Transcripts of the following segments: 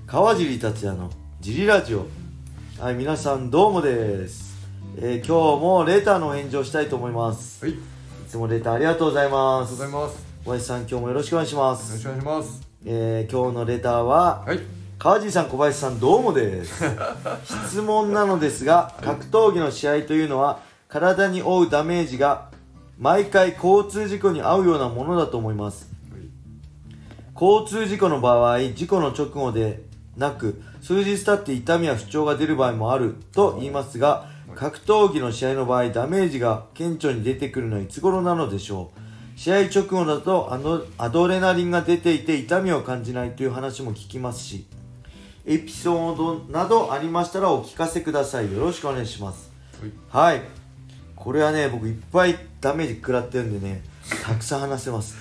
川尻達也のジリラジオ。はい、皆さんどうもです。今日もレターのお返事をしたいと思います。 はい。いつもレターありがとうございます。 ありがとうございます。 小林さん、今日もよろしくお願いします。 よろしくお願いします。 今日のレターは、 はい。 川尻さん、小林さんどうもです質問なのですが、格闘技の試合というのは体に負うダメージが毎回交通事故に遭うようなものだと思います。交通事故の場合、事故の直後でなく数日経って痛みや不調が出る場合もあると言いますが、格闘技の試合の場合、ダメージが顕著に出てくるのはいつ頃なのでしょう。試合直後だとアドレナリンが出ていて痛みを感じないという話も聞きますし、エピソードなどありましたらお聞かせください。よろしくお願いします。はい、これはね、僕いっぱいダメージ食らってるんでね、たくさん話せます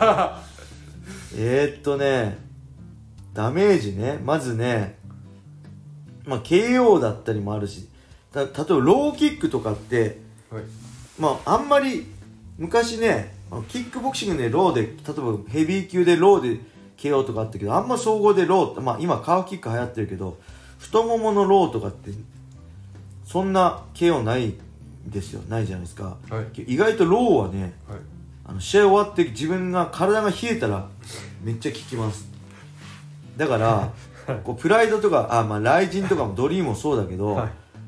ダメージね、まずね、KO だったりもあるし、例えばローキックとかって、 はい。 あんまり昔ね、キックボクシングでローで、例えばヘビー級でローで KO とかあったけど、あんま総合でローって、今カーフキック流行ってるけど、太もものローとかってそんな KO ないですよ、ないじゃないですか。 はい。 意外とローはね、 はい。 試合終わって自分が体が冷えたらめっちゃ効きます。だからこうプライドとかライジンとかもドリームもそうだけど、 はい。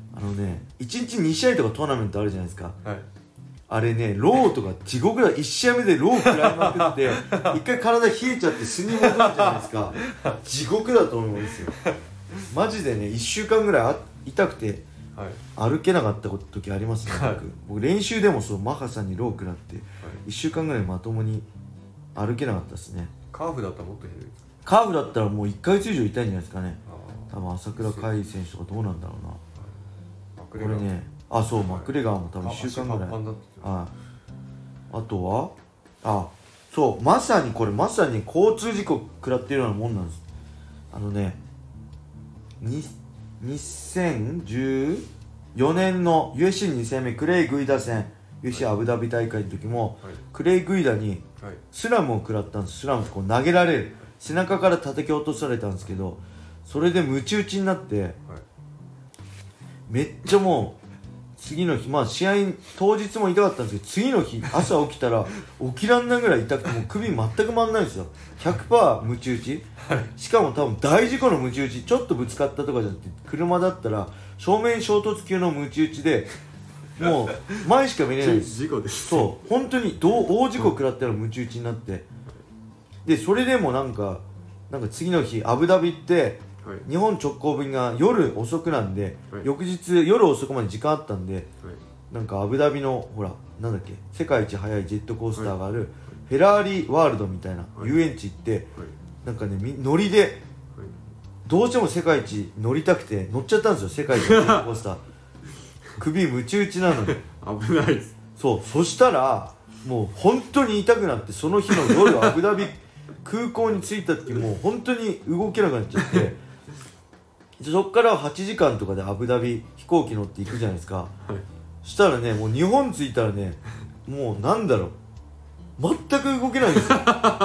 1日2試合とかトーナメントあるじゃないですか。 はい。 あれね、ローとか地獄だ。1試合目でロー食らいまくって一回体冷えちゃって素に戻るじゃないですか。地獄だと思うんですよ。マジでね、1週間ぐらい痛くてはい。 歩けなかった時ありますね。 はい僕練習でもそう、マハさんにロー食らって1週間ぐらいまともに歩けなかったですね。 カーフだったらもっとひどいですか。 カーブだったらもう1ヶ月以上痛いんじゃないですかね。 あ多分朝倉海選手とかどうなんだろうな。 あ。 これね、そうマクレガーも多分1週間ぐらい。 パンパンだった。 あとはまさに交通事故食らってるようなもんなんです。2014年の UFC2 戦目クレイ・グイダ戦、UFC アブダビ大会の時も、 はい。 クレイ・グイダにはい。 スラムを食らったんです。スラムってこう投げられる、背中から叩き落とされたんですけど、それでムチ打ちになって、 はい。 めっちゃもう次の日、試合当日も痛かったんですけど、次の日朝起きたら起きらんないぐらい痛くて、もう首全く回んないんですよ。 100% ムチ打ち、しかも多分大事故のムチ打ち、ちょっとぶつかったとかじゃなくて、車だったら正面衝突級のムチ打ちで、もう前しか見れないです。 事故です。 そう本当に大事故食らったらムチ打ちになって、でそれでもなんか次の日アブダビってはい。 日本直行便が夜遅くなんで、 はい。 翌日夜遅くまで時間あったんで、 はい。 なんかアブダビのほらなんだっけ、世界一速いジェットコースターがあるフェラーリワールドみたいな遊園地行って、 はい。 なんかね、ノリではい。 どうしても世界一乗りたくて乗っちゃったんですよ、世界一のジェットコースター首ムチ打ちなのに危ないです。 そしたらもう本当に痛くなって、その日の夜アブダビ空港に着いた時もう本当に動けなくなっちゃってそっから8時間とかでアブダビ飛行機乗って行くじゃないですか。したらね、もう日本着いたらね、もう全く動けないんですよ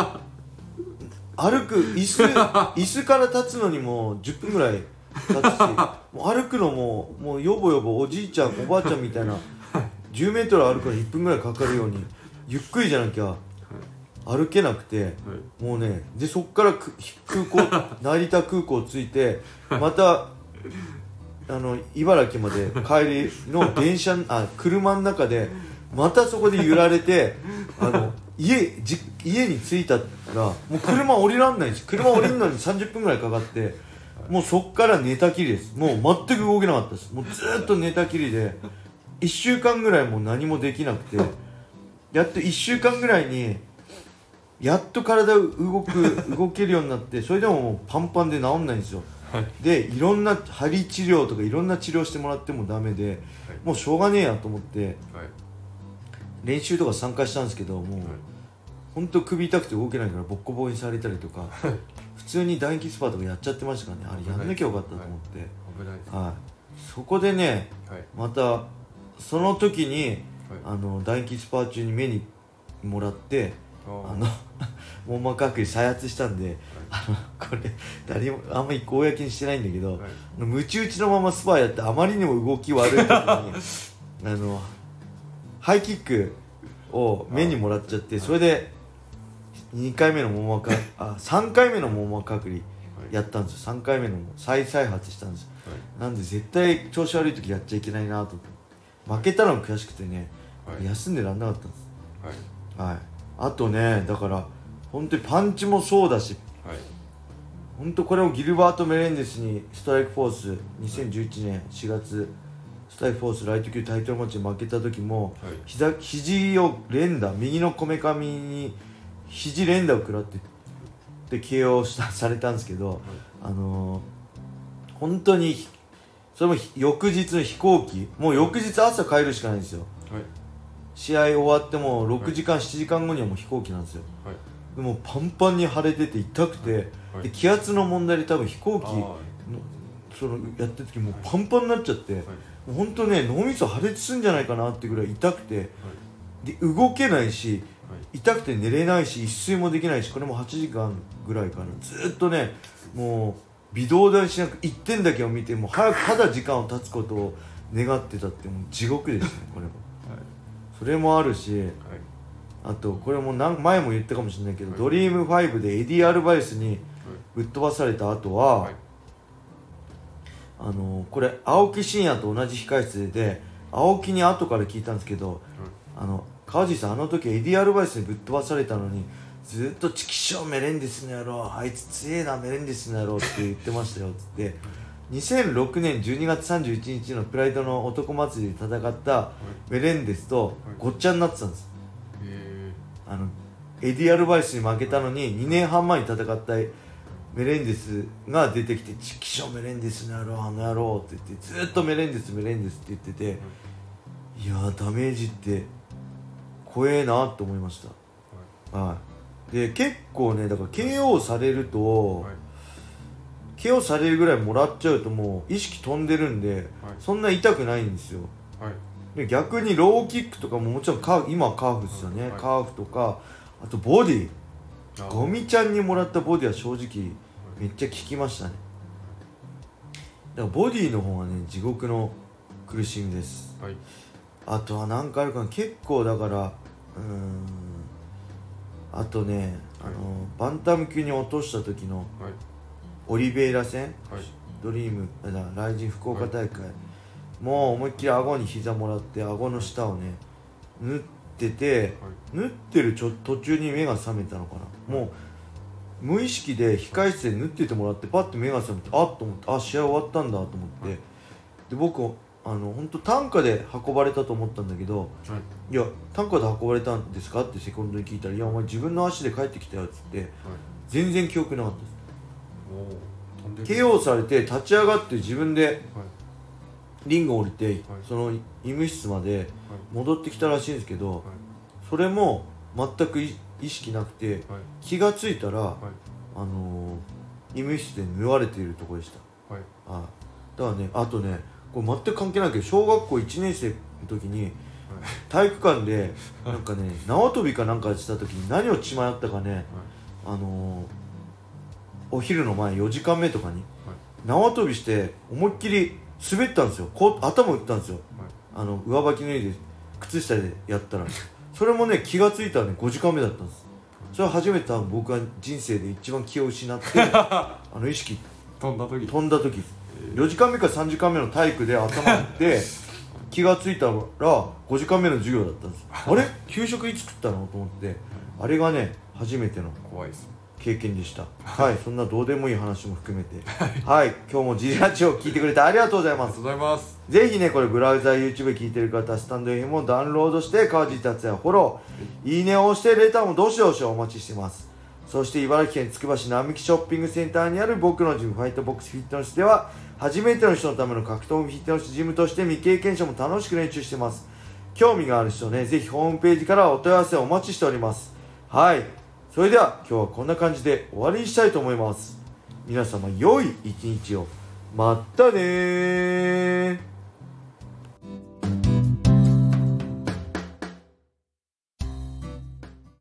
歩く椅子から立つのにもう10分ぐらい立つし、もう歩くのもうよぼよぼおじいちゃんおばあちゃんみたいな10メートル歩くのに1分ぐらいかかるようにゆっくりじゃなきゃ歩けなくて、 はい。 もうね、でそっから成田空港着いて、また茨城まで帰りの車の中でまたそこで揺られて家に着いたらもう車降りらんないし、車降りるのに30分ぐらいかかって、もうそっから寝たきりです。もう全く動けなかったです。もうずーっと寝たきりで1週間ぐらいもう何もできなくて、やっと1週間ぐらいにやっと体動けるようになって、それでももうパンパンで治んないんですよ。でいろんな針治療とかいろんな治療してもらってもダメで、もうしょうがねえやと思ってはい。 練習とか参加したんですけど、もうほんと首痛くて動けないからボッコボコにされたりとか普通に大キスパーとかやっちゃってましたからね。あれやんなきゃよかったと思って、 危ないです。 そこでね、 はい。 またその時にはい。 大キスパー中に目にもらって、 網膜剥離再発したんで、これ誰もあんまり公にしてないんだけど、ムチ打ちのままスパーやってあまりにも動き悪い時にハイキックを目にもらっちゃって、それで2回目の網膜3回目の網膜剥離やったんですよ。3回目の再発したんですよ。なんで絶対調子悪い時やっちゃいけないなと思って、負けたのが悔しくてね、休んでらんなかったんです。はい、あとね、だから本当にパンチもそうだし、本当これをギルバート・メレンデスにストライクフォース2011年4月ストライクフォースライト級タイトルマッチで負けた時も、肘を連打、右のこめかみに肘連打を食らってで KO されたんですけど、本当にそれも翌日の飛行機、もう翌日朝帰るしかないんですよ。試合終わっても6時間、7時間後にはもう飛行機なんですよ。でもパンパンに腫れてて痛くて、で気圧の問題で多分飛行機のそのやってる時もうパンパンになっちゃって、もう本当ね脳みそ破裂するんじゃないかなってぐらい痛くて、で動けないし痛くて寝れないし一睡もできないし、これも8時間ぐらいかな、ずっとねもう微動だにしなく1点だけを見て、もう早くただ時間を経つことを願ってたって、もう地獄ですねこれも。それもあるし、あとこれも前も言ったかもしれないけど、ドリーム5でエディ・アルバレスにぶっ飛ばされた後は、これ青木真也と同じ控室で青木に後から聞いたんですけど、川地さんあの時エディ・アルバレスにぶっ飛ばされたのにずっとチキショーメレンデスの野郎、あいつ強えなメレンデスの野郎って言ってましたよっつって、2006年12月31日のプライドの男祭りで戦ったメレンデスとごっちゃになってたんです。エディ・アルバレスに負けたのに2年半前に戦ったメレンデスが出てきて、チキショーメレンデスの野郎、あの野郎って言ってずっとメレンデスメレンデスって言ってて、いやーダメージって怖えなと思いました。で結構ね、だから KO されると、KO されるぐらいもらっちゃうともう意識飛んでるんで、そんな痛くないんですよ。で逆にローキックとかももちろん今はカーフですよね、カーフとか、あとボディ、ゴミちゃんにもらったボディは正直めっちゃ効きましたね。だからボディの方がね地獄の苦しみです。あとは何かあるかな、結構だからあとね、バンタム級に落とした時のオリベイラ戦、ドリームライジン福岡大会、もう思いっきり顎に膝もらって顎の下をね縫ってて、縫ってる途中に目が覚めたのかな、もう無意識で控室で縫っててもらってパッと目が覚めて、あっと思って、試合終わったんだと思って、で僕本当担架で運ばれたと思ったんだけど、いや担架で運ばれたんですかってセコンドに聞いたら、いやお前自分の足で帰ってきたよっつって、全然記憶なかったです。KO されて立ち上がって自分でリングを降りて、その医務室まで戻ってきたらしいんですけど、それも全く意識なくて、気がついたら、医務室で縫われているところでした。だからね、あとねこれ全く関係ないけど、小学校1年生の時に体育館でなんかね縄跳びかなんかした時に何を血迷ったかね、お昼の前4時間目とかに縄跳びして思いっきり滑ったんですよ。頭打ったんですよ。上履き脱いで靴下でやったら、それもね気がついたらね5時間目だったんです。それは初めて僕が人生で一番気を失って意識飛んだ時4時間目か3時間目の体育で頭打って気がついたら5時間目の授業だったんです。あれ給食いつ食ったのと思って、あれがね初めての経験でした。そんなどうでもいい話も含めて今日もジリラジオを聞いてくれてありがとうございます。ぜひねこれブラウザー YouTube で聞いてる方はスタンド FM をダウンロードして川地達也フォロー、いいねを押してレターもどしどしお待ちしてます。そして茨城県つくば市並木ショッピングセンターにある僕のジムファイトボックスフィットネスでは、初めての人のための格闘技フィットネスジムとして未経験者も楽しく練習してます。興味がある人ね、ぜひホームページからお問い合わせをお待ちしております。それでは今日はこんな感じで終わりにしたいと思います。皆様良い一日を。またねー。